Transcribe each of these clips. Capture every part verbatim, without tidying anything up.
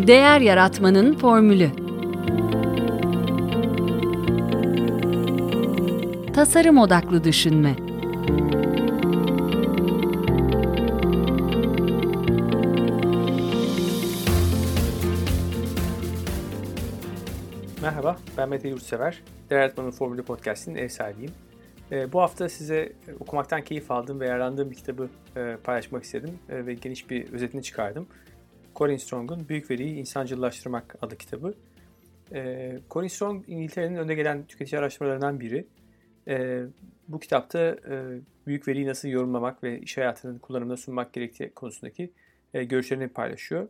Değer yaratmanın formülü. Tasarım odaklı düşünme. Merhaba, ben Mete Yurtsever. Değer Yaratmanın Formülü Podcast'inin ev sahibiyim. E, bu hafta size okumaktan keyif aldığım ve yararlandığım bir kitabı e, paylaşmak istedim e, ve geniş bir özetini çıkardım. Colin Strong'un Büyük Veriyi İnsancıllaştırmak adlı kitabı. E, Colin Strong, İngiltere'nin önde gelen tüketici araştırmalarından biri. E, bu kitapta e, büyük veriyi nasıl yorumlamak ve iş hayatının kullanımına sunmak gerektiği konusundaki e, görüşlerini paylaşıyor.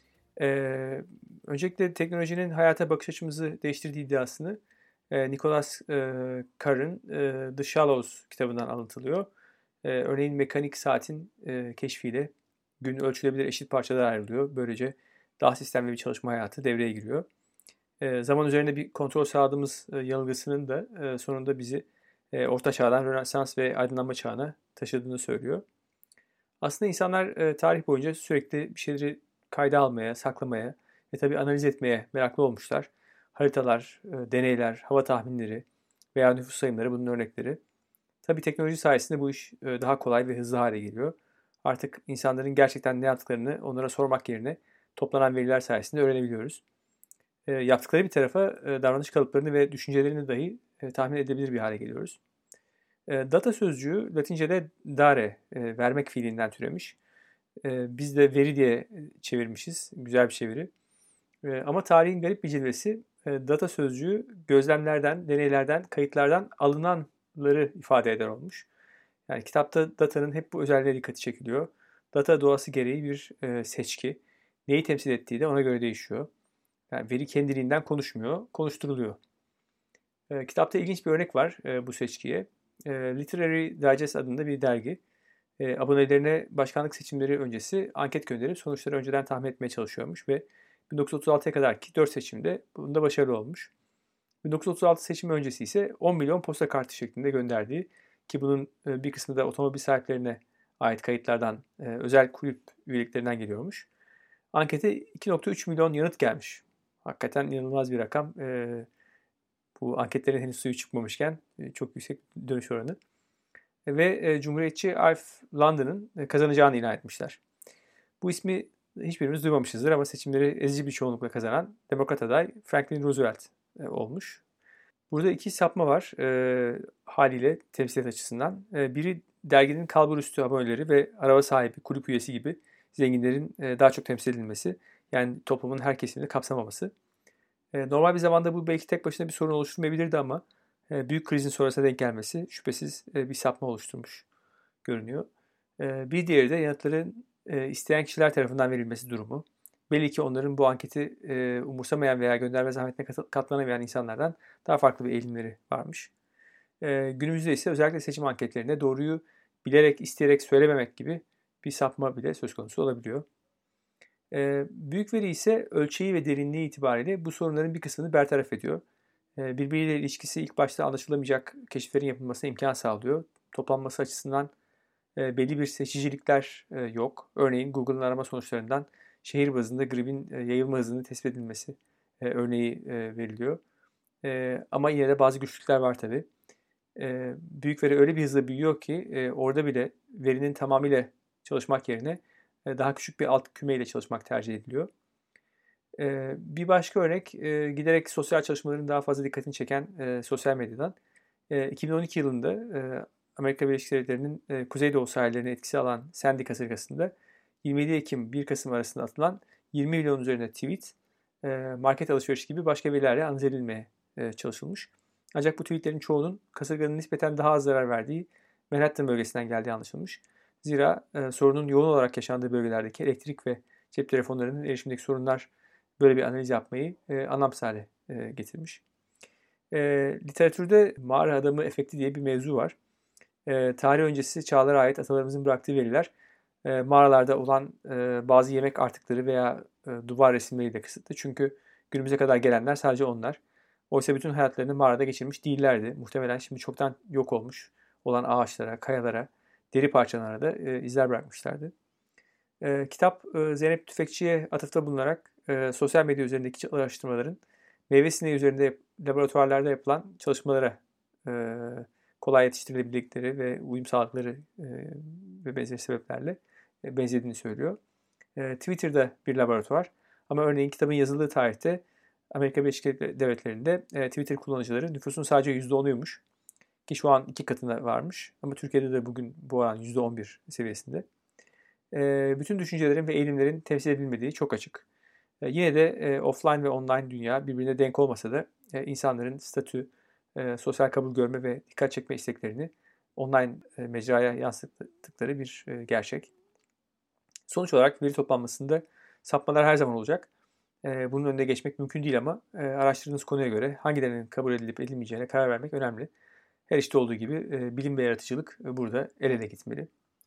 Ee, öncelikle teknolojinin hayata bakış açımızı değiştirdiği iddiasını e, Nicholas e, Carr'ın e, The Shallows kitabından alıntılıyor. E, örneğin mekanik saatin e, keşfiyle gün ölçülebilir eşit parçalara ayrılıyor. Böylece daha sistemli bir çalışma hayatı devreye giriyor. E, zaman üzerinde bir kontrol sağladığımız e, yanılgısının da e, sonunda bizi e, Orta Çağ'dan Rönesans ve Aydınlanma Çağı'na taşıdığını söylüyor. Aslında insanlar e, tarih boyunca sürekli bir şeyleri kayda almaya, saklamaya ve tabii analiz etmeye meraklı olmuşlar. Haritalar, e, deneyler, hava tahminleri veya nüfus sayımları bunun örnekleri. Tabii teknoloji sayesinde bu iş e, daha kolay ve hızlı hale geliyor. Artık insanların gerçekten ne yaptıklarını onlara sormak yerine toplanan veriler sayesinde öğrenebiliyoruz. E, yaptıkları bir tarafa e, davranış kalıplarını ve düşüncelerini dahi e, tahmin edebilir bir hale geliyoruz. E, data sözcüğü Latince'de dare, e, vermek fiilinden türemiş. E, biz de veri diye çevirmişiz. Güzel bir çeviri. E, ama tarihin garip bir cilvesi e, data sözcüğü gözlemlerden, deneylerden, kayıtlardan alınanları ifade eder olmuş. Yani kitapta datanın hep bu özelliğe dikkati çekiliyor. Data doğası gereği bir e, seçki. Neyi temsil ettiği de ona göre değişiyor. Yani veri kendiliğinden konuşmuyor, konuşturuluyor. E, kitapta ilginç bir örnek var e, bu seçkiye. E, Literary Digest adında bir dergi. E, abonelerine başkanlık seçimleri öncesi anket gönderip sonuçları önceden tahmin etmeye çalışıyormuş ve bin dokuz yüz otuz altıya kadarki dört seçimde bunda başarılı olmuş. bin dokuz yüz otuz altı seçimi öncesi ise on milyon posta kartı şeklinde gönderdiği ki bunun e, bir kısmı da otomobil sahiplerine ait kayıtlardan, e, özel kulüp üyeliklerinden geliyormuş. Ankete iki nokta üç milyon yanıt gelmiş. Hakikaten inanılmaz bir rakam. E, bu anketlerin henüz suyu çıkmamışken e, çok yüksek dönüş oranı. Ve e, Cumhuriyetçi Alf Landon'ın e, kazanacağını ilan etmişler. Bu ismi hiçbirimiz duymamışızdır ama seçimleri ezici bir çoğunlukla kazanan Demokrat aday Franklin Roosevelt e, olmuş. Burada iki sapma var e, haliyle temsiliyet açısından. E, biri derginin kalburüstü aboneleri ve araba sahibi, kulüp üyesi gibi zenginlerin e, daha çok temsil edilmesi. Yani toplumun her kesimini kapsamaması. E, normal bir zamanda bu belki tek başına bir sorun oluşturmayabilirdi ama büyük krizin sonrasına denk gelmesi şüphesiz bir sapma oluşturmuş görünüyor. Bir diğeri de yanıtların isteyen kişiler tarafından verilmesi durumu. Belli ki onların bu anketi umursamayan veya gönderme zahmetine katlanamayan insanlardan daha farklı bir eğilimleri varmış. Günümüzde ise özellikle seçim anketlerinde doğruyu bilerek, isteyerek söylememek gibi bir sapma bile söz konusu olabiliyor. Büyük veri ise ölçeği ve derinliği itibariyle bu sorunların bir kısmını bertaraf ediyor. Birbiriyle ilişkisi ilk başta anlaşılamayacak keşiflerin yapılmasına imkan sağlıyor. Toplanması açısından belli bir seçicilikler yok. Örneğin Google'ın arama sonuçlarından şehir bazında gripin yayılma hızını tespit edilmesi örneği veriliyor. Ama yine de bazı güçlükler var tabii. Büyük veri öyle bir hızla büyüyor ki orada bile verinin tamamıyla çalışmak yerine daha küçük bir alt kümeyle çalışmak tercih ediliyor. Bir başka örnek giderek sosyal çalışmaların daha fazla dikkatini çeken sosyal medyadan. iki bin on iki yılında Amerika Birleşik Devletleri'nin Kuzeydoğu sahillerini etkisi alan Sandy kasırgasında yirmi yedi Ekim bir Kasım arasında atılan yirmi milyon üzerinde tweet market alışverişi gibi başka verilerle analiz edilmeye çalışılmış. Ancak bu tweetlerin çoğunun kasırganın nispeten daha az zarar verdiği Manhattan bölgesinden geldiği anlaşılmış. Zira sorunun yoğun olarak yaşandığı bölgelerdeki elektrik ve cep telefonlarının erişimdeki sorunlar böyle bir analiz yapmayı e, anlamsız hale e, getirmiş. E, literatürde mağara adamı efekti diye bir mevzu var. E, tarih öncesi çağlara ait atalarımızın bıraktığı veriler e, mağaralarda olan e, bazı yemek artıkları veya e, duvar resimleriyle kısıtlı. Çünkü günümüze kadar gelenler sadece onlar. Oysa bütün hayatlarını mağarada geçirmiş değillerdi. Muhtemelen şimdi çoktan yok olmuş olan ağaçlara, kayalara, deri parçalarına da e, izler bırakmışlardı. E, kitap e, Zeynep Tüfekçi'ye atıfta bulunarak e, sosyal medya üzerindeki araştırmaların meyve sineği üzerinde laboratuvarlarda yapılan çalışmalara e, kolay yetiştirilebilecekleri ve uyum sağlıkları e, ve benzeri sebeplerle e, benzediğini söylüyor. E, Twitter'da bir laboratuvar ama örneğin kitabın yazıldığı tarihte Amerika Birleşik Devletleri'nde e, Twitter kullanıcıları nüfusun sadece yüzde onuymuş. Ki şu an iki katına varmış. Ama Türkiye'de de bugün bu oran yüzde on bir seviyesinde. E, bütün düşüncelerin ve eğilimlerin temsil edilmediği çok açık. E, yine de e, offline ve online dünya birbirine denk olmasa da e, insanların statü, e, sosyal kabul görme ve dikkat çekme isteklerini online e, mecraya yansıttıkları bir e, gerçek. Sonuç olarak veri toplanmasında sapmalar her zaman olacak. E, bunun önüne geçmek mümkün değil ama e, araştırdığınız konuya göre hangilerinin kabul edilip edilmeyeceğine karar vermek önemli. Her işte olduğu gibi e, bilim ve yaratıcılık e, burada el ele gitmeli.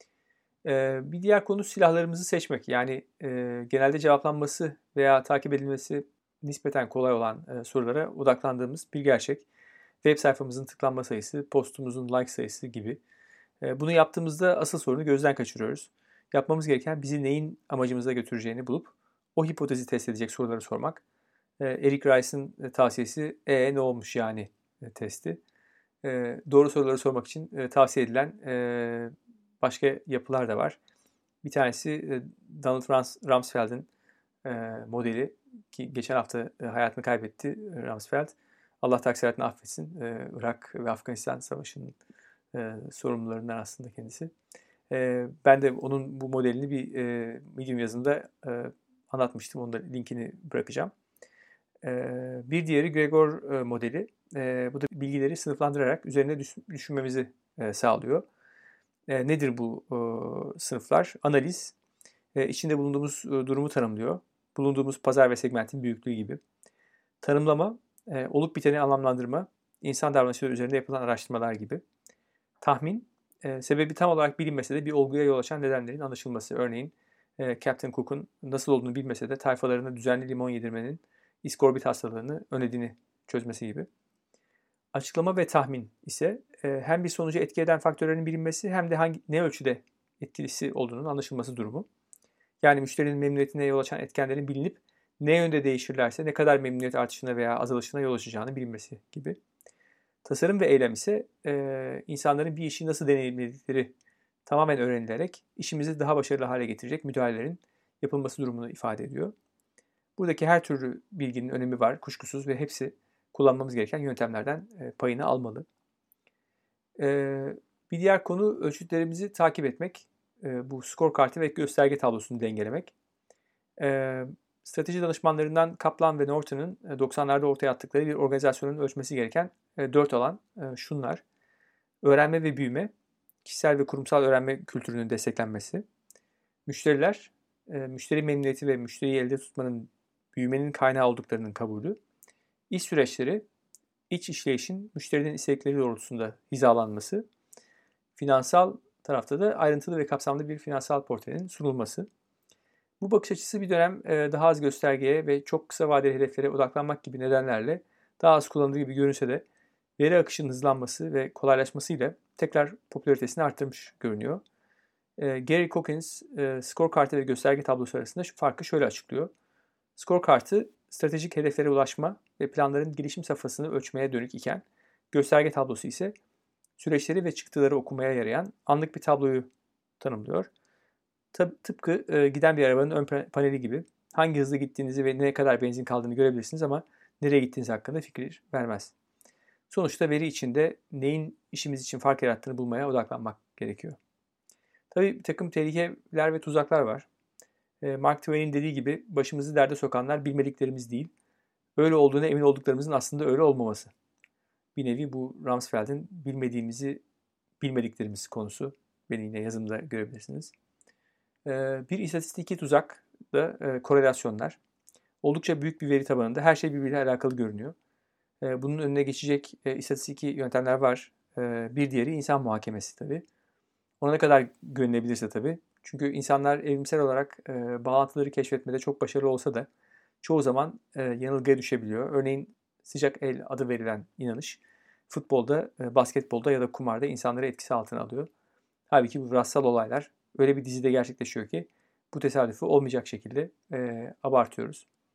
E, bir diğer konu silahlarımızı seçmek. Yani e, genelde cevaplanması veya takip edilmesi nispeten kolay olan e, sorulara odaklandığımız bir gerçek. Web sayfamızın tıklanma sayısı, postumuzun like sayısı gibi. E, bunu yaptığımızda asıl sorunu gözden kaçırıyoruz. Yapmamız gereken bizi neyin amacımıza götüreceğini bulup o hipotezi test edecek soruları sormak. E, Eric Rice'ın e, tavsiyesi e ne olmuş yani e, testi. E, doğru soruları sormak için e, tavsiye edilen e, başka yapılar da var. Bir tanesi e, Donald Rumsfeld'in e, modeli ki geçen hafta e, hayatını kaybetti Rumsfeld. Allah taksiratını affetsin. E, Irak ve Afganistan Savaşı'nın e, sorumlularından aslında kendisi. E, ben de onun bu modelini bir e, Medium yazında e, anlatmıştım. Onun da linkini bırakacağım. E, bir diğeri Gregor e, modeli. E, bu da bilgileri sınıflandırarak üzerine düşünmemizi e, sağlıyor. E, nedir bu e, sınıflar? Analiz, e, içinde bulunduğumuz e, durumu tanımlıyor. Bulunduğumuz pazar ve segmentin büyüklüğü gibi. Tanımlama, e, olup biteni anlamlandırma, insan davranışları üzerinde yapılan araştırmalar gibi. Tahmin, e, sebebi tam olarak bilinmese de bir olguya yol açan nedenlerin anlaşılması. Örneğin e, Captain Cook'un nasıl olduğunu bilmese de tayfalarına düzenli limon yedirmenin iskorbit hastalığını önlediğini çözmesi gibi. Açıklama ve tahmin ise e, hem bir sonucu etki eden faktörlerin bilinmesi hem de hangi ne ölçüde etkisi olduğunun anlaşılması durumu. Yani müşterinin memnuniyetine yol açan etkenlerin bilinip ne yönde değişirlerse ne kadar memnuniyet artışına veya azalışına yol açacağını bilinmesi gibi. Tasarım ve eylem ise e, insanların bir işi nasıl deneyimledikleri tamamen öğrenilerek işimizi daha başarılı hale getirecek müdahalelerin yapılması durumunu ifade ediyor. Buradaki her türlü bilginin önemi var kuşkusuz ve hepsi kullanmamız gereken yöntemlerden e, payını almalı. E, bir diğer konu ölçütlerimizi takip etmek. E, bu skor kartı ve gösterge tablosunu dengelemek. E, strateji danışmanlarından Kaplan ve Norton'un e, doksanlarda ortaya attıkları bir organizasyonun ölçmesi gereken e, dört alan e, şunlar. Öğrenme ve büyüme, kişisel ve kurumsal öğrenme kültürünün desteklenmesi. Müşteriler, e, müşteri memnuniyeti ve müşteriyi elde tutmanın büyümenin kaynağı olduklarının kabulü. İş süreçleri, iç işleyişin müşterinin istekleri doğrultusunda hizalanması. Finansal tarafta da ayrıntılı ve kapsamlı bir finansal portföyün sunulması. Bu bakış açısı bir dönem daha az göstergeye ve çok kısa vadeli hedeflere odaklanmak gibi nedenlerle daha az kullanıldığı gibi görünse de veri akışının hızlanması ve kolaylaşmasıyla tekrar popülaritesini arttırmış görünüyor. Gary Calkins, skor kartı ve gösterge tablosu arasında şu farkı şöyle açıklıyor. Skor kartı stratejik hedeflere ulaşma ve planların gelişim safhasını ölçmeye dönük iken gösterge tablosu ise süreçleri ve çıktıları okumaya yarayan anlık bir tabloyu tanımlıyor. Tıpkı e, giden bir arabanın ön paneli gibi hangi hızla gittiğinizi ve ne kadar benzin kaldığını görebilirsiniz ama nereye gittiğiniz hakkında fikir vermez. Sonuçta veri içinde neyin işimiz için fark yarattığını bulmaya odaklanmak gerekiyor. Tabii bir takım tehlikeler ve tuzaklar var. E, Mark Twain'in dediği gibi başımızı derde sokanlar bilmediklerimiz değil, öyle olduğuna emin olduklarımızın aslında öyle olmaması. Bir nevi bu Rumsfeld'in bilmediğimizi bilmediklerimiz konusu. Beni yine yazımda görebilirsiniz. Bir istatistiki tuzak da korelasyonlar. Oldukça büyük bir veri tabanında her şey birbiriyle alakalı görünüyor. Bunun önüne geçecek istatistiki yöntemler var. Bir diğeri insan muhakemesi tabii. Ona ne kadar güvenilebilirse tabii. Çünkü insanlar evrimsel olarak bağlantıları keşfetmede çok başarılı olsa da çoğu zaman yanılgıya düşebiliyor. Örneğin sıcak el adı verilen inanış futbolda, basketbolda ya da kumarda insanları etkisi altına alıyor. Halbuki bu rastsal olaylar öyle bir dizide gerçekleşiyor ki bu tesadüfü olmayacak şekilde e, abartıyoruz.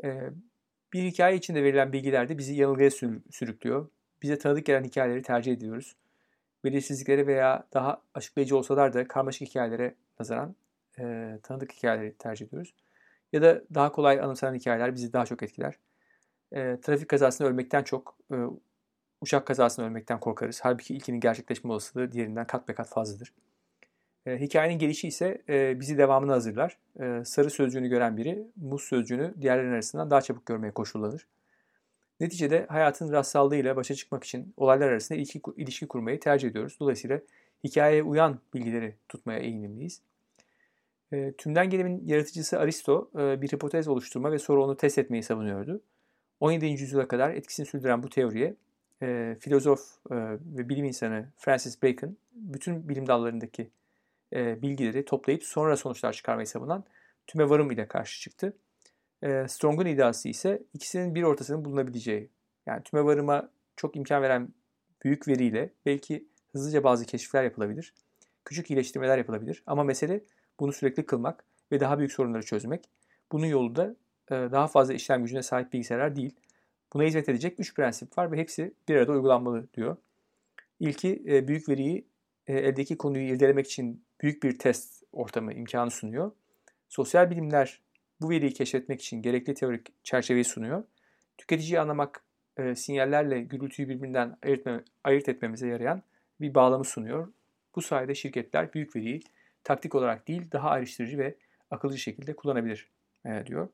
E, bir hikaye içinde verilen bilgiler de bizi yanılgıya sürüklüyor. Bize tanıdık gelen hikayeleri tercih ediyoruz. Belirsizliklere veya daha açıklayıcı olsalar da karmaşık hikayelere nazaran e, tanıdık hikayeleri tercih ediyoruz. Ya da daha kolay anımsanan hikayeler bizi daha çok etkiler. E, trafik kazasında ölmekten çok e, uçak kazasında ölmekten korkarız. Halbuki ilkinin gerçekleşme olasılığı diğerinden kat be kat fazladır. E, hikayenin gelişi ise e, bizi devamını hazırlar. E, sarı sözcüğünü gören biri muz sözcüğünü diğerlerinin arasından daha çabuk görmeye koşullanır. Neticede hayatın rastsallığıyla başa çıkmak için olaylar arasında ilişki, ilişki kurmayı tercih ediyoruz. Dolayısıyla hikayeye uyan bilgileri tutmaya eğilimliyiz. E, tümden gelimin yaratıcısı Aristo e, bir hipotez oluşturma ve sonra onu test etmeyi savunuyordu. on yedinci yüzyıla kadar etkisini sürdüren bu teoriye e, filozof e, ve bilim insanı Francis Bacon bütün bilim dallarındaki e, bilgileri toplayıp sonra sonuçlar çıkarmayı savunan tümevarım ile karşı çıktı. E, Strong'un iddiası ise ikisinin bir ortasının bulunabileceği. Yani tümevarıma çok imkan veren büyük veriyle belki hızlıca bazı keşifler yapılabilir, küçük iyileştirmeler yapılabilir ama mesele bunu sürekli kılmak ve daha büyük sorunları çözmek. Bunun yolu da e, daha fazla işlem gücüne sahip bilgisayarlar değil. Buna hizmet edecek üç prensip var ve hepsi bir arada uygulanmalı diyor. İlki e, büyük veriyi e, eldeki konuyu irdelemek için büyük bir test ortamı imkanı sunuyor. Sosyal bilimler bu veriyi keşfetmek için gerekli teorik çerçeveyi sunuyor. Tüketiciyi anlamak, e, sinyallerle gürültüyü birbirinden ayırt, ayırt etmemize yarayan bir bağlamı sunuyor. Bu sayede şirketler büyük veriyi taktik olarak değil daha ayrıştırıcı ve akılcı şekilde kullanabilir e, diyor.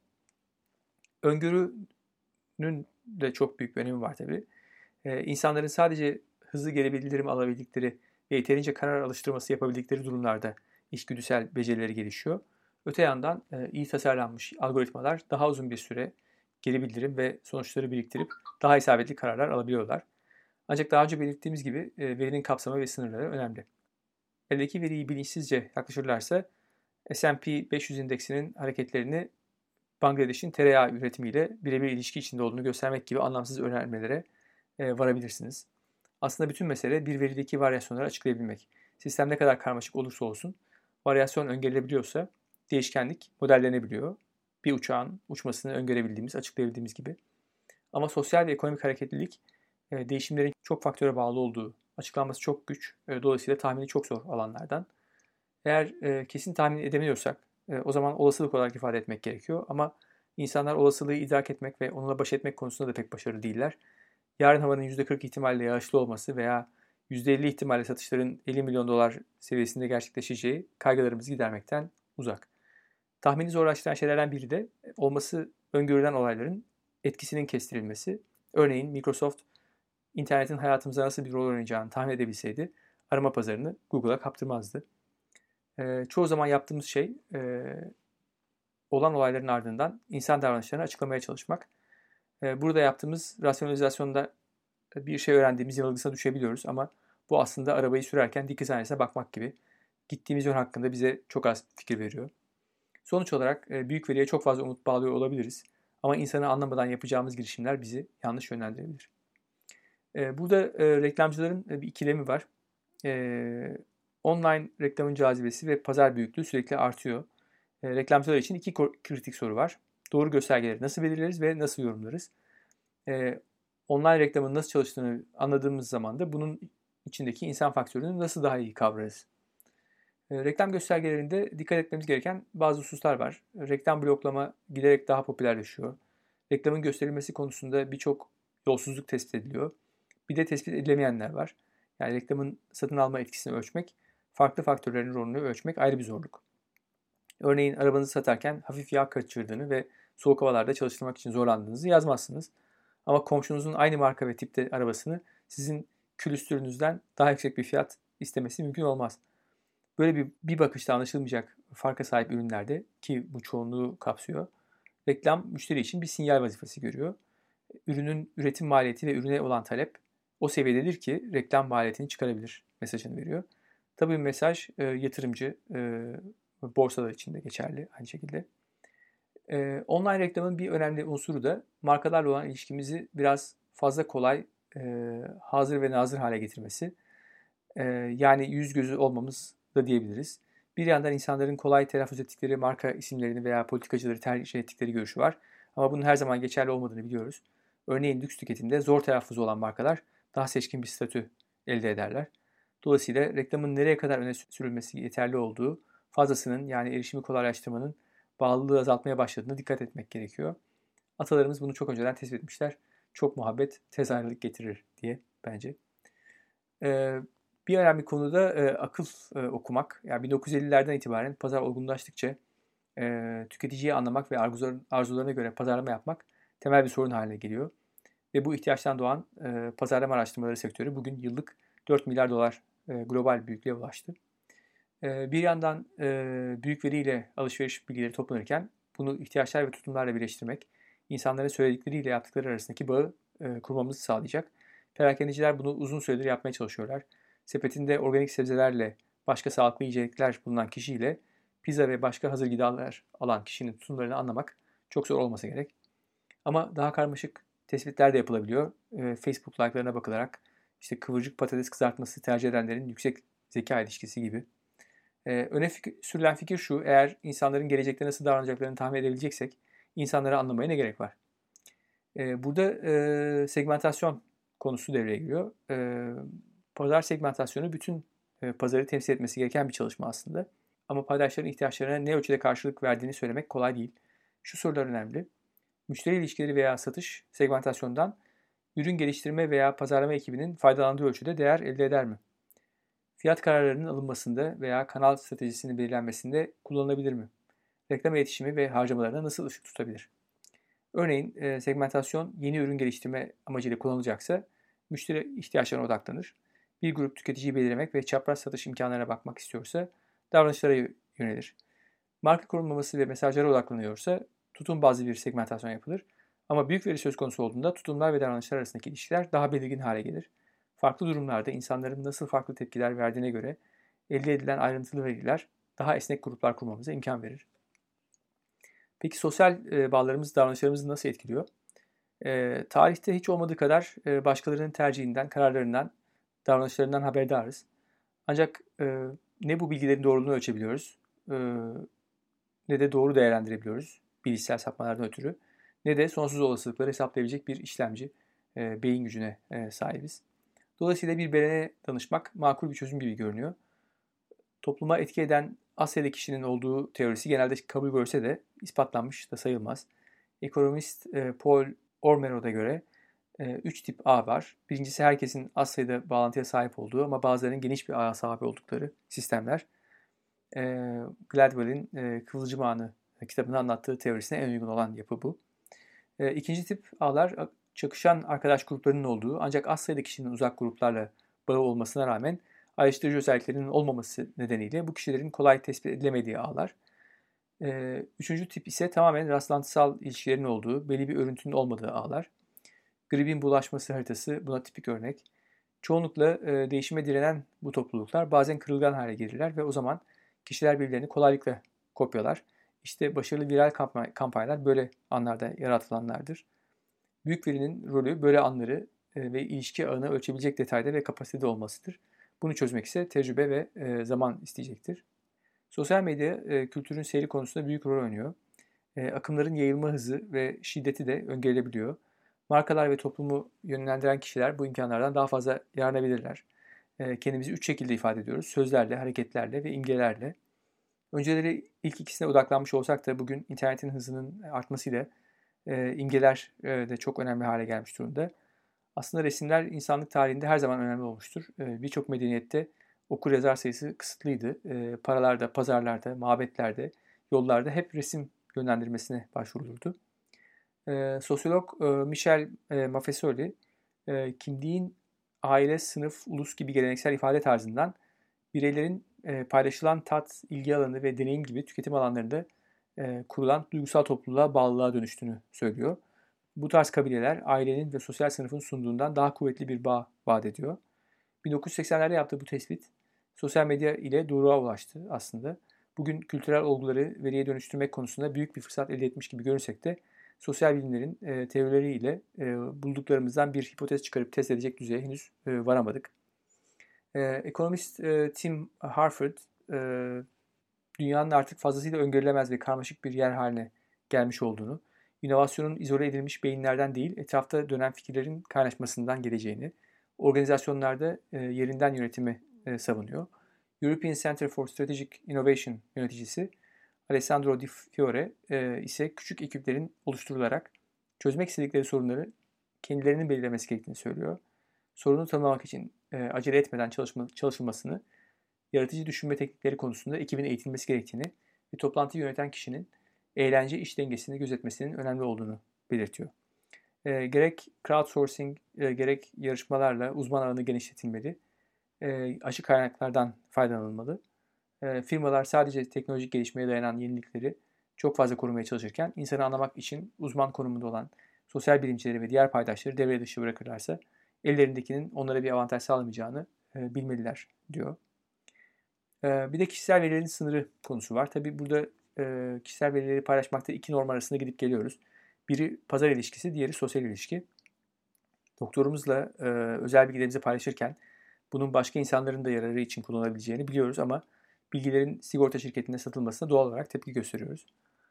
Öngörünün de çok büyük bir önemi var tabii. E, insanların sadece hızlı geri bildirim alabildikleri ve yeterince karar alıştırması yapabildikleri durumlarda içgüdüsel becerileri gelişiyor. Öte yandan e, iyi tasarlanmış algoritmalar daha uzun bir süre geri bildirim ve sonuçları biriktirip daha isabetli kararlar alabiliyorlar. Ancak daha önce belirttiğimiz gibi e, verinin kapsamı ve sınırları önemli. Eldeki veriyi bilinçsizce yaklaşırlarsa S and P beş yüz indeksinin hareketlerini Bangladeş'in tereyağı üretimiyle birebir ilişki içinde olduğunu göstermek gibi anlamsız önermelere e, varabilirsiniz. Aslında bütün mesele bir verideki varyasyonları açıklayabilmek. Sistem ne kadar karmaşık olursa olsun, varyasyon öngörülebiliyorsa değişkenlik modellenebiliyor. Bir uçağın uçmasını öngörebildiğimiz, açıklayabildiğimiz gibi. Ama sosyal ve ekonomik hareketlilik e, değişimlerin çok faktöre bağlı olduğu, açıklanması çok güç, e, dolayısıyla tahmini çok zor alanlardan. Eğer e, kesin tahmin edemiyorsak e, o zaman olasılık olarak ifade etmek gerekiyor. Ama insanlar olasılığı idrak etmek ve onunla baş etmek konusunda da pek başarılı değiller. Yarın havanın yüzde kırk ihtimalle yağışlı olması veya yüzde elli ihtimalle satışların elli milyon dolar seviyesinde gerçekleşeceği kaygılarımızı gidermekten uzak. Tahmini zorlaştıran şeylerden biri de olması öngörülen olayların etkisinin kestirilmesi. Örneğin Microsoft internetin hayatımıza nasıl bir rol oynayacağını tahmin edebilseydi arama pazarını Google'a kaptırmazdı. E, çoğu zaman yaptığımız şey e, olan olayların ardından insan davranışlarını açıklamaya çalışmak. E, burada yaptığımız rasyonalizasyonda bir şey öğrendiğimiz yanılgısına düşebiliyoruz ama bu aslında arabayı sürerken dikiz aynesine bakmak gibi. Gittiğimiz yön hakkında bize çok az fikir veriyor. Sonuç olarak e, büyük veriye çok fazla umut bağlıyor olabiliriz ama insanı anlamadan yapacağımız girişimler bizi yanlış yönlendirebilir. E, burada e, reklamcıların bir ikilemi var. E, online reklamın cazibesi ve pazar büyüklüğü sürekli artıyor. E, reklamcılar için iki kritik soru var. Doğru göstergeleri nasıl belirleriz ve nasıl yorumlarız? E, online reklamın nasıl çalıştığını anladığımız zaman da bunun içindeki insan faktörünü nasıl daha iyi kavrarız? E, reklam göstergelerinde dikkat etmemiz gereken bazı hususlar var. Reklam bloklama giderek daha popülerleşiyor. Reklamın gösterilmesi konusunda birçok yolsuzluk tespit ediliyor. Bir de tespit edilemeyenler var. Yani reklamın satın alma etkisini ölçmek, farklı faktörlerin rolünü ölçmek ayrı bir zorluk. Örneğin arabanızı satarken hafif yağ kaçırdığını ve soğuk havalarda çalıştırmak için zorlandığınızı yazmazsınız. Ama komşunuzun aynı marka ve tipte arabasını sizin külüstürünüzden daha yüksek bir fiyat istemesi mümkün olmaz. Böyle bir, bir bakışta anlaşılmayacak farka sahip ürünlerde, ki bu çoğunluğu kapsıyor, reklam müşteri için bir sinyal vazifesi görüyor. Ürünün üretim maliyeti ve ürüne olan talep o seviyededir ki reklam maliyetini çıkarabilir mesajını veriyor. Tabii mesaj e, yatırımcı, e, borsalar için de geçerli aynı şekilde. E, online reklamın bir önemli unsuru da markalarla olan ilişkimizi biraz fazla kolay, e, hazır ve nazır hale getirmesi. E, yani yüz gözü olmamız da diyebiliriz. Bir yandan insanların kolay telaffuz ettikleri marka isimlerini veya politikacıları tercih ettikleri görüşü var. Ama bunun her zaman geçerli olmadığını biliyoruz. Örneğin lüks tüketimde zor telaffuzu olan markalar daha seçkin bir statü elde ederler. Dolayısıyla reklamın nereye kadar öne sürülmesi yeterli olduğu, fazlasının yani erişimi kolaylaştırmanın bağlılığı azaltmaya başladığına dikkat etmek gerekiyor. Atalarımız bunu çok önceden tespit etmişler. Çok muhabbet tez ayrılık getirir diye bence. Ee, bir önemli konu da e, akıl e, okumak. Yani bin dokuz yüz ellilerden itibaren pazar olgunlaştıkça e, tüketiciyi anlamak ve arzular, arzularına göre pazarlama yapmak temel bir sorun haline geliyor. Ve bu ihtiyaçtan doğan e, pazarlama araştırmaları sektörü bugün yıllık dört milyar dolar e, global büyüklüğe ulaştı. E, bir yandan e, büyük veriyle alışveriş bilgileri toplanırken bunu ihtiyaçlar ve tutumlarla birleştirmek, insanların söyledikleriyle yaptıkları arasındaki bağı e, kurmamızı sağlayacak. Perakendeciler bunu uzun süredir yapmaya çalışıyorlar. Sepetinde organik sebzelerle başka sağlıklı yiyecekler bulunan kişiyle pizza ve başka hazır gıdalar alan kişinin tutumlarını anlamak çok zor olmasa gerek. Ama daha karmaşık tespitler de yapılabiliyor. E, Facebook like'larına bakılarak işte kıvırcık patates kızartması tercih edenlerin yüksek zeka ilişkisi gibi. E, öne fik- sürülen fikir şu: eğer insanların gelecekte nasıl davranacaklarını tahmin edebileceksek insanları anlamaya ne gerek var? E, burada e, segmentasyon konusu devreye giriyor. E, pazar segmentasyonu bütün e, pazarı temsil etmesi gereken bir çalışma aslında. Ama paydaşların ihtiyaçlarına ne ölçüde karşılık verdiğini söylemek kolay değil. Şu sorular önemli. Müşteri ilişkileri veya satış segmentasyondan ürün geliştirme veya pazarlama ekibinin faydalandığı ölçüde değer elde eder mi? Fiyat kararlarının alınmasında veya kanal stratejisinin belirlenmesinde kullanılabilir mi? Reklam iletişimi ve harcamalarına nasıl ışık tutabilir? Örneğin e, segmentasyon yeni ürün geliştirme amacıyla kullanılacaksa müşteri ihtiyaçlarına odaklanır. Bir grup tüketiciyi belirlemek ve çapraz satış imkanlarına bakmak istiyorsa davranışlara yönelir. Marka korunmaması ve mesajlara odaklanıyorsa tutum bazlı bir segmentasyon yapılır. Ama büyük veri söz konusu olduğunda tutumlar ve davranışlar arasındaki ilişkiler daha belirgin hale gelir. Farklı durumlarda insanların nasıl farklı tepkiler verdiğine göre elde edilen ayrıntılı veriler daha esnek gruplar kurmamıza imkan verir. Peki sosyal bağlarımız davranışlarımızı nasıl etkiliyor? E, tarihte hiç olmadığı kadar e, başkalarının tercihinden, kararlarından, davranışlarından haberdarız. Ancak e, ne bu bilgilerin doğruluğunu ölçebiliyoruz, e, ne de doğru değerlendirebiliyoruz bilişsel sapmalardan ötürü, ne de sonsuz olasılıkları hesaplayabilecek bir işlemci, e, beyin gücüne e, sahibiz. Dolayısıyla bir berene danışmak makul bir çözüm gibi görünüyor. Topluma etki eden Asya'da kişinin olduğu teorisi genelde kabul görse de ispatlanmış da sayılmaz. Ekonomist e, Paul Ormero'da göre üç tip ağ var. Birincisi herkesin az sayıda bağlantıya sahip olduğu ama bazılarının geniş bir ağa sahip oldukları sistemler. E, Gladwell'in e, Kıvılcım Ağını kitabını anlattığı teorisine en uygun olan yapı bu. E, ikinci tip ağlar çakışan arkadaş gruplarının olduğu ancak az sayıda kişinin uzak gruplarla bağı olmasına rağmen ayrıştırıcı özelliklerinin olmaması nedeniyle bu kişilerin kolay tespit edilemediği ağlar. E, üçüncü tip ise tamamen rastlantısal ilişkilerin olduğu, belli bir örüntünün olmadığı ağlar. Grib'in bulaşması haritası buna tipik örnek. Çoğunlukla e, değişime direnen bu topluluklar bazen kırılgan hale gelirler ve o zaman kişiler birbirlerini kolaylıkla kopyalar. İşte başarılı viral kampanyalar böyle anlarda yaratılanlardır. Büyük verinin rolü böyle anları e, ve ilişki ağını ölçebilecek detayda ve kapasitede olmasıdır. Bunu çözmek ise tecrübe ve e, zaman isteyecektir. Sosyal medya e, kültürün seyri konusunda büyük rol oynuyor. E, akımların yayılma hızı ve şiddeti de öngörülebiliyor. Markalar ve toplumu yönlendiren kişiler bu imkanlardan daha fazla yararlanabilirler. E, kendimizi üç şekilde ifade ediyoruz: sözlerle, hareketlerle ve imgelerle. Önceleri ilk ikisine odaklanmış olsak da bugün internetin hızının artmasıyla e, imgeler e, de çok önemli hale gelmiş durumda. Aslında resimler insanlık tarihinde her zaman önemli olmuştur. E, Birçok medeniyette okur yazar sayısı kısıtlıydı. E, paralarda, pazarlarda, mabetlerde, yollarda hep resim yönlendirmesine başvurulurdu. E, sosyolog e, Michel e, Maffesoli, e, kimliğin aile, sınıf, ulus gibi geleneksel ifade tarzından bireylerin e, paylaşılan tat, ilgi alanı ve deneyim gibi tüketim alanlarında e, kurulan duygusal topluluğa bağlılığa dönüştüğünü söylüyor. Bu tarz kabileler ailenin ve sosyal sınıfın sunduğundan daha kuvvetli bir bağ vaat ediyor. bin dokuz yüz seksenlerde yaptığı bu tespit sosyal medya ile doğruğa ulaştı aslında. Bugün kültürel olguları veriye dönüştürmek konusunda büyük bir fırsat elde etmiş gibi görünsek de sosyal bilimlerin e, teorileriyle e, bulduklarımızdan bir hipotez çıkarıp test edecek düzeye henüz e, varamadık. E, ekonomist e, Tim Harford, e, dünyanın artık fazlasıyla öngörülemez ve karmaşık bir yer haline gelmiş olduğunu, inovasyonun izole edilmiş beyinlerden değil, etrafta dönen fikirlerin kaynaşmasından geleceğini, organizasyonlarda e, yerinden yönetimi e, savunuyor. European Center for Strategic Innovation yöneticisi Alessandro Di Fiore e, ise küçük ekiplerin oluşturularak çözmek istedikleri sorunları kendilerinin belirlemesi gerektiğini söylüyor. Sorunu tanımlamak için e, acele etmeden çalışma, çalışılmasını, yaratıcı düşünme teknikleri konusunda ekibin eğitilmesi gerektiğini ve toplantıyı yöneten kişinin eğlence iş dengesini gözetmesinin önemli olduğunu belirtiyor. E, gerek crowdsourcing, e, gerek yarışmalarla uzman alanı genişletilmeli, e, açık kaynaklardan faydalanılmalı. E, firmalar sadece teknolojik gelişmeye dayanan yenilikleri çok fazla korumaya çalışırken insanı anlamak için uzman konumunda olan sosyal bilimcileri ve diğer paydaşları devre dışı bırakırlarsa ellerindekinin onlara bir avantaj sağlamayacağını e, bilmeliler diyor. E, bir de kişisel verilerin sınırı konusu var. Tabii burada e, kişisel verileri paylaşmakta iki norm arasında gidip geliyoruz. Biri pazar ilişkisi, diğeri sosyal ilişki. Doktorumuzla e, özel bilgilerimizi paylaşırken bunun başka insanların da yararı için kullanılabileceğini biliyoruz ama bilgilerin sigorta şirketine satılmasına doğal olarak tepki gösteriyoruz.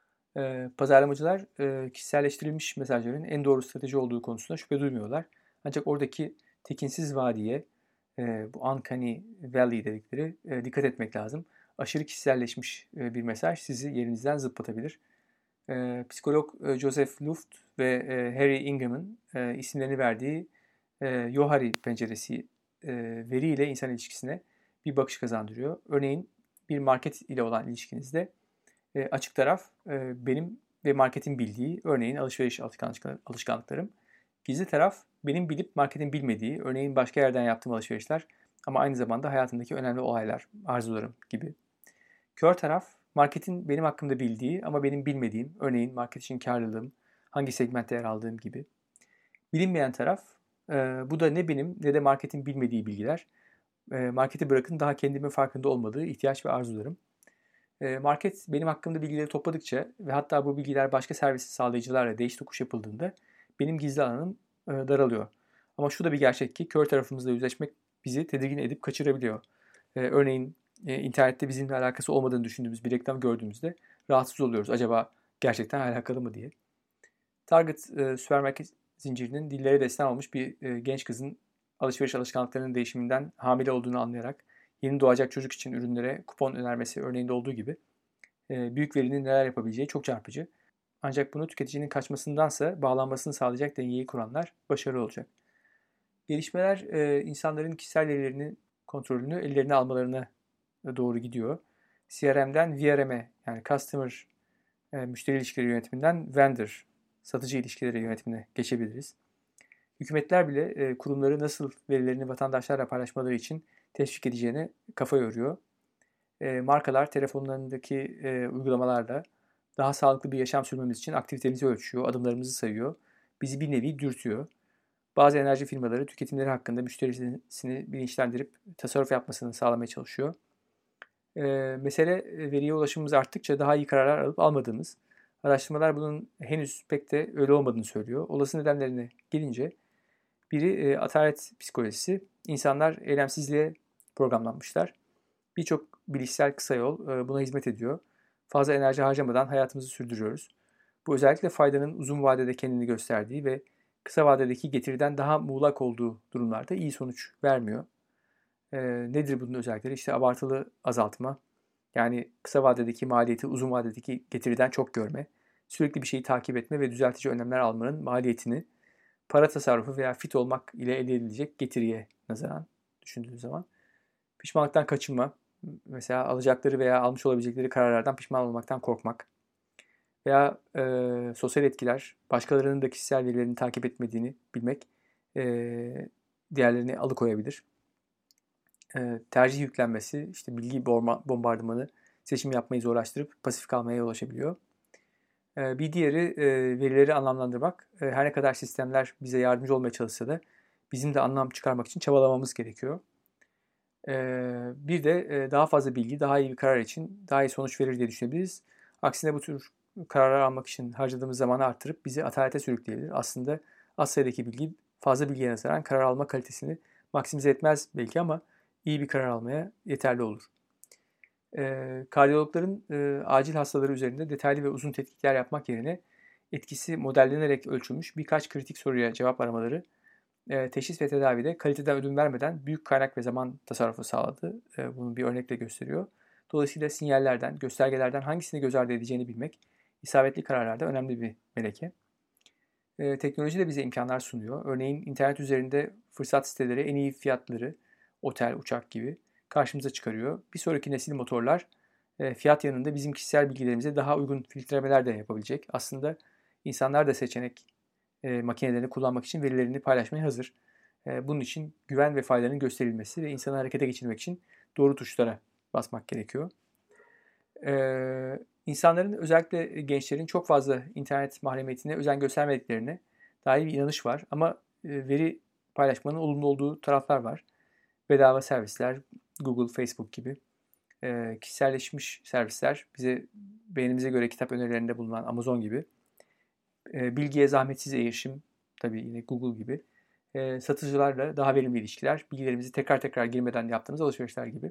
E, pazarlamacılar e, kişiselleştirilmiş mesajların en doğru strateji olduğu konusunda şüphe duymuyorlar. Ancak oradaki tekinsiz vadiye, e, bu uncanny valley dedikleri e, dikkat etmek lazım. Aşırı kişiselleşmiş e, bir mesaj sizi yerinizden zıplatabilir. E, psikolog e, Joseph Luft ve e, Harry Ingham'ın e, isimlerini verdiği e, Yohari penceresi e, veri ile insan ilişkisine bir bakış kazandırıyor. Örneğin bir market ile olan ilişkinizde e, açık taraf e, benim ve marketin bildiği, örneğin alışveriş alışkanlıklarım. Gizli taraf benim bilip marketin bilmediği, örneğin başka yerden yaptığım alışverişler ama aynı zamanda hayatımdaki önemli olaylar, arzularım gibi. Kör taraf marketin benim hakkımda bildiği ama benim bilmediğim, örneğin market için karlılığım, hangi segmentte yer aldığım gibi. Bilinmeyen taraf, e, bu da ne benim ne de marketin bilmediği bilgiler. E, marketi bırakın daha kendimin farkında olmadığı ihtiyaç ve arzularım. E, market benim hakkımda bilgileri topladıkça ve hatta bu bilgiler başka servis sağlayıcılarla değiş tokuş yapıldığında benim gizli alanım e, daralıyor. Ama şu da bir gerçek ki kör tarafımızla yüzleşmek bizi tedirgin edip kaçırabiliyor. E, örneğin e, internette bizimle alakası olmadığını düşündüğümüz bir reklam gördüğümüzde rahatsız oluyoruz. Acaba gerçekten alakalı mı diye. Target e, süpermarket zincirinin dillere destan olmuş bir e, genç kızın alışveriş alışkanlıklarının değişiminden hamile olduğunu anlayarak yeni doğacak çocuk için ürünlere kupon önermesi örneğinde olduğu gibi e, büyük verinin neler yapabileceği çok çarpıcı. Ancak bunu tüketicinin kaçmasındansa bağlanmasını sağlayacak dengeyi kuranlar başarılı olacak. Gelişmeler e, insanların kişisel verilerinin kontrolünü ellerine almalarına doğru gidiyor. C R M'den V R M'e yani Customer e, müşteri ilişkileri yönetiminden Vendor satıcı ilişkileri yönetimine geçebiliriz. Hükümetler bile e, kurumları nasıl verilerini vatandaşlarla paylaşmaları için teşvik edeceğine kafa yoruyor. E, markalar telefonlarındaki e, uygulamalarla daha sağlıklı bir yaşam sürmemiz için aktivitemizi ölçüyor, adımlarımızı sayıyor, bizi bir nevi dürtüyor. Bazı enerji firmaları tüketimleri hakkında müşterisini bilinçlendirip tasarruf yapmasını sağlamaya çalışıyor. E, mesele veriye ulaşımımız arttıkça daha iyi kararlar alıp almadığımız, araştırmalar bunun henüz pek de öyle olmadığını söylüyor. Olası nedenlerine gelince biri e, atalet psikolojisi. İnsanlar eylemsizliğe programlanmışlar. Birçok bilişsel kısa yol e, buna hizmet ediyor. Fazla enerji harcamadan hayatımızı sürdürüyoruz. Bu özellikle faydanın uzun vadede kendini gösterdiği ve kısa vadedeki getiriden daha muğlak olduğu durumlarda iyi sonuç vermiyor. E, nedir bunun özellikleri? İşte abartılı azaltma, yani kısa vadedeki maliyeti uzun vadedeki getiriden çok görme, sürekli bir şeyi takip etme ve düzeltici önlemler almanın maliyetini para tasarrufu veya fit olmak ile elde edilecek getiriye nazaran düşündüğünüz zaman. Pişmanlıktan kaçınma, mesela alacakları veya almış olabilecekleri kararlardan pişman olmaktan korkmak veya e, sosyal etkiler, başkalarının da kişisel verilerini takip etmediğini bilmek e, diğerlerini alıkoyabilir. E, tercih yüklenmesi, işte bilgi bombardımanı seçim yapmayı zorlaştırıp pasif kalmaya yol açabiliyor. E, bir diğeri e, verileri anlamlandırmak. E, her ne kadar sistemler bize yardımcı olmaya çalışsa da bizim de anlam çıkarmak için çabalamamız gerekiyor. E, bir de e, daha fazla bilgi, daha iyi bir karar için daha iyi sonuç verir diye düşünebiliriz. Aksine bu tür kararlar almak için harcadığımız zamanı arttırıp bizi atalete sürükleyebilir. Aslında az sayıdaki bilgi fazla bilgiye nazaran karar alma kalitesini maksimize etmez belki ama iyi bir karar almaya yeterli olur. E, kardiyologların e, acil hastaları üzerinde detaylı ve uzun tetkikler yapmak yerine etkisi modellenerek ölçülmüş birkaç kritik soruya cevap aramaları e, teşhis ve tedavide kaliteden ödün vermeden büyük kaynak ve zaman tasarrufu sağladı. E, bunu bir örnekle gösteriyor. Dolayısıyla sinyallerden, göstergelerden hangisini göz ardı edeceğini bilmek isabetli kararlarda önemli bir meleke. E, teknoloji de bize imkanlar sunuyor. Örneğin internet üzerinde fırsat siteleri en iyi fiyatları, otel, uçak gibi karşımıza çıkarıyor. Bir sonraki nesil motorlar e, fiyat yanında bizim kişisel bilgilerimize daha uygun filtremeler de yapabilecek. Aslında insanlar da seçenek e, makinelerini kullanmak için verilerini paylaşmaya hazır. E, bunun için güven ve faydaların gösterilmesi ve insanı harekete geçirmek için doğru tuşlara basmak gerekiyor. Ee, insanların, özellikle gençlerin çok fazla internet mahremiyetine özen göstermediklerine dair bir inanış var. Ama e, veri paylaşmanın olumlu olduğu taraflar var. Bedava servisler, Google, Facebook gibi e, kişiselleşmiş servisler, bize beğenimize göre kitap önerilerinde bulunan Amazon gibi, e, bilgiye zahmetsiz erişim, tabii yine Google gibi, e, satıcılarla daha verimli ilişkiler, bilgilerimizi tekrar tekrar girmeden yaptığımız alışverişler gibi.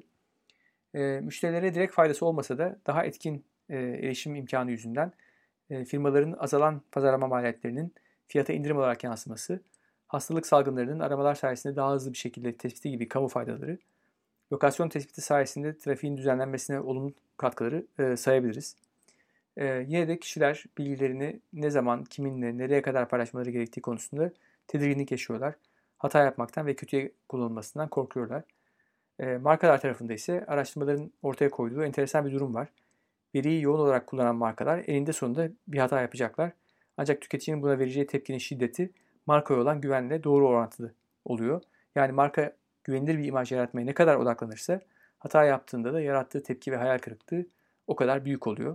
E, müşterilere direkt faydası olmasa da daha etkin e, erişim imkanı yüzünden e, firmaların azalan pazarlama maliyetlerinin fiyata indirim olarak yansıması, hastalık salgınlarının aramalar sayesinde daha hızlı bir şekilde tespiti gibi kamu faydaları, lokasyon tespiti sayesinde trafiğin düzenlenmesine olumlu katkıları e, sayabiliriz. E, yine de kişiler bilgilerini ne zaman, kiminle, nereye kadar paylaşmaları gerektiği konusunda tedirginlik yaşıyorlar. Hata yapmaktan ve kötüye kullanılmasından korkuyorlar. E, markalar tarafında ise araştırmaların ortaya koyduğu enteresan bir durum var. Veriyi yoğun olarak kullanan markalar eninde sonunda bir hata yapacaklar. Ancak tüketicinin buna vereceği tepkinin şiddeti markaya olan güvenle doğru orantılı oluyor. Yani marka güvenilir bir imaj yaratmaya ne kadar odaklanırsa hata yaptığında da yarattığı tepki ve hayal kırıklığı o kadar büyük oluyor.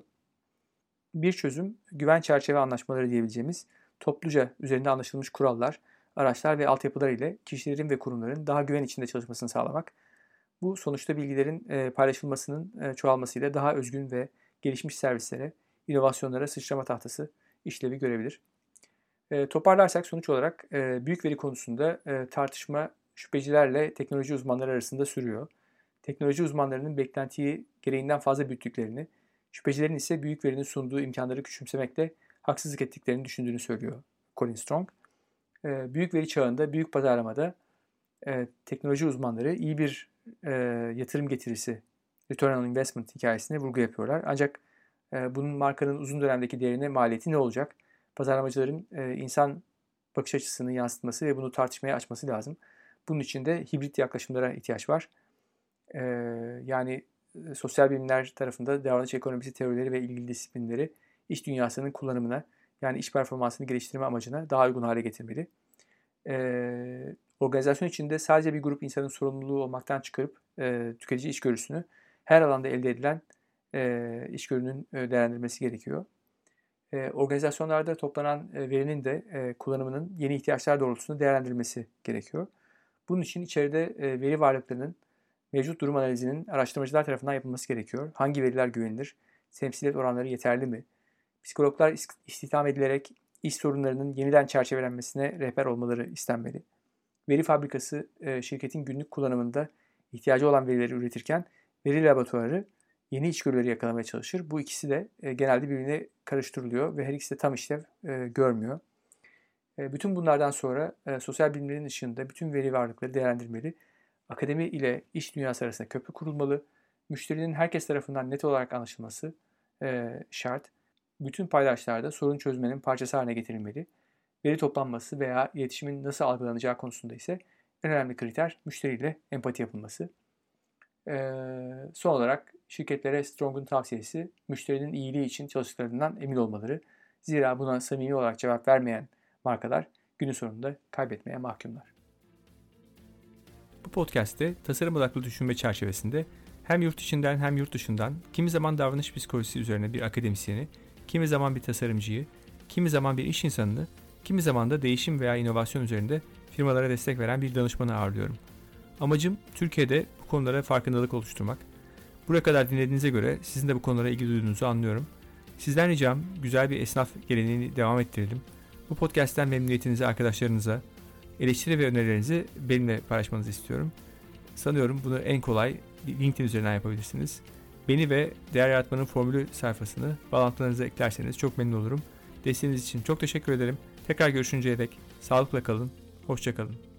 Bir çözüm, güven çerçeve anlaşmaları diyebileceğimiz topluca üzerinde anlaşılmış kurallar, araçlar ve altyapılar ile kişilerin ve kurumların daha güven içinde çalışmasını sağlamak. Bu sonuçta bilgilerin e, paylaşılmasının e, çoğalmasıyla daha özgün ve gelişmiş servislere, inovasyonlara sıçrama tahtası işlevi görebilir. E, toparlarsak sonuç olarak e, büyük veri konusunda e, tartışma şüphecilerle teknoloji uzmanları arasında sürüyor. Teknoloji uzmanlarının beklentiyi gereğinden fazla büyüttüklerini, şüphecilerin ise büyük verinin sunduğu imkanları küçümsemekle haksızlık ettiklerini düşündüğünü söylüyor Colin Strong. E, büyük veri çağında, büyük pazarlamada e, teknoloji uzmanları iyi bir e, yatırım getirisi, return on investment hikayesine vurgu yapıyorlar. Ancak e, bunun markanın uzun dönemdeki değerine maliyeti ne olacak? Pazarlamacıların e, insan bakış açısını yansıtması ve bunu tartışmaya açması lazım. Bunun için de hibrit yaklaşımlara ihtiyaç var. E, yani e, sosyal bilimler tarafında davranış ekonomisi teorileri ve ilgili disiplinleri iş dünyasının kullanımına, yani iş performansını geliştirme amacına daha uygun hale getirmeli. E, organizasyon içinde sadece bir grup insanın sorumluluğu olmaktan çıkarıp e, tüketici içgörüsünü her alanda elde edilen e, içgörünün e, değerlendirilmesi gerekiyor. E, organizasyonlarda toplanan e, verinin de e, kullanımının yeni ihtiyaçlar doğrultusunda değerlendirilmesi gerekiyor. Bunun için içeride e, veri varlıklarının mevcut durum analizinin araştırmacılar tarafından yapılması gerekiyor. Hangi veriler güvenilir? Temsiliyet oranları yeterli mi? Psikologlar istihdam edilerek iş sorunlarının yeniden çerçevelenmesine rehber olmaları istenmeli. Veri fabrikası şirketin günlük kullanımında ihtiyacı olan verileri üretirken veri laboratuvarı yeni içgörüleri yakalamaya çalışır. Bu ikisi de genelde birbirine karıştırılıyor ve her ikisi de tam işlev görmüyor. Bütün bunlardan sonra sosyal bilimlerin ışığında bütün veri varlıkları değerlendirmeli. Akademi ile iş dünyası arasında köprü kurulmalı. Müşterinin herkes tarafından net olarak anlaşılması şart. Bütün paydaşlarda sorun çözmenin parçası haline getirilmeli. Veri toplanması veya iletişimin nasıl algılanacağı konusunda ise en önemli kriter müşteriyle empati yapılması. Ee, son olarak şirketlere Strong'un tavsiyesi müşterinin iyiliği için çalıştıklarından emin olmaları. Zira buna samimi olarak cevap vermeyen markalar günün sonunda kaybetmeye mahkumlar. Bu podcast'te tasarım odaklı düşünme çerçevesinde hem yurt içinden hem yurt dışından kimi zaman davranış psikolojisi üzerine bir akademisyeni, kimi zaman bir tasarımcıyı, kimi zaman bir iş insanını, kimi zaman da değişim veya inovasyon üzerinde firmalara destek veren bir danışmanı ağırlıyorum. Amacım Türkiye'de bu konulara farkındalık oluşturmak. Buraya kadar dinlediğinize göre sizin de bu konulara ilgi duyduğunuzu anlıyorum. Sizden ricam güzel bir esnaf geleneğini devam ettirelim. Bu podcast'ten memnuniyetinizi arkadaşlarınıza, eleştiri ve önerilerinizi benimle paylaşmanızı istiyorum. Sanıyorum bunu en kolay LinkedIn üzerinden yapabilirsiniz. Beni ve Değer Yaratmanın Formülü sayfasını bağlantılarınıza eklerseniz çok memnun olurum. Desteğiniz için çok teşekkür ederim. Tekrar görüşünceye dek sağlıkla kalın, hoşça kalın.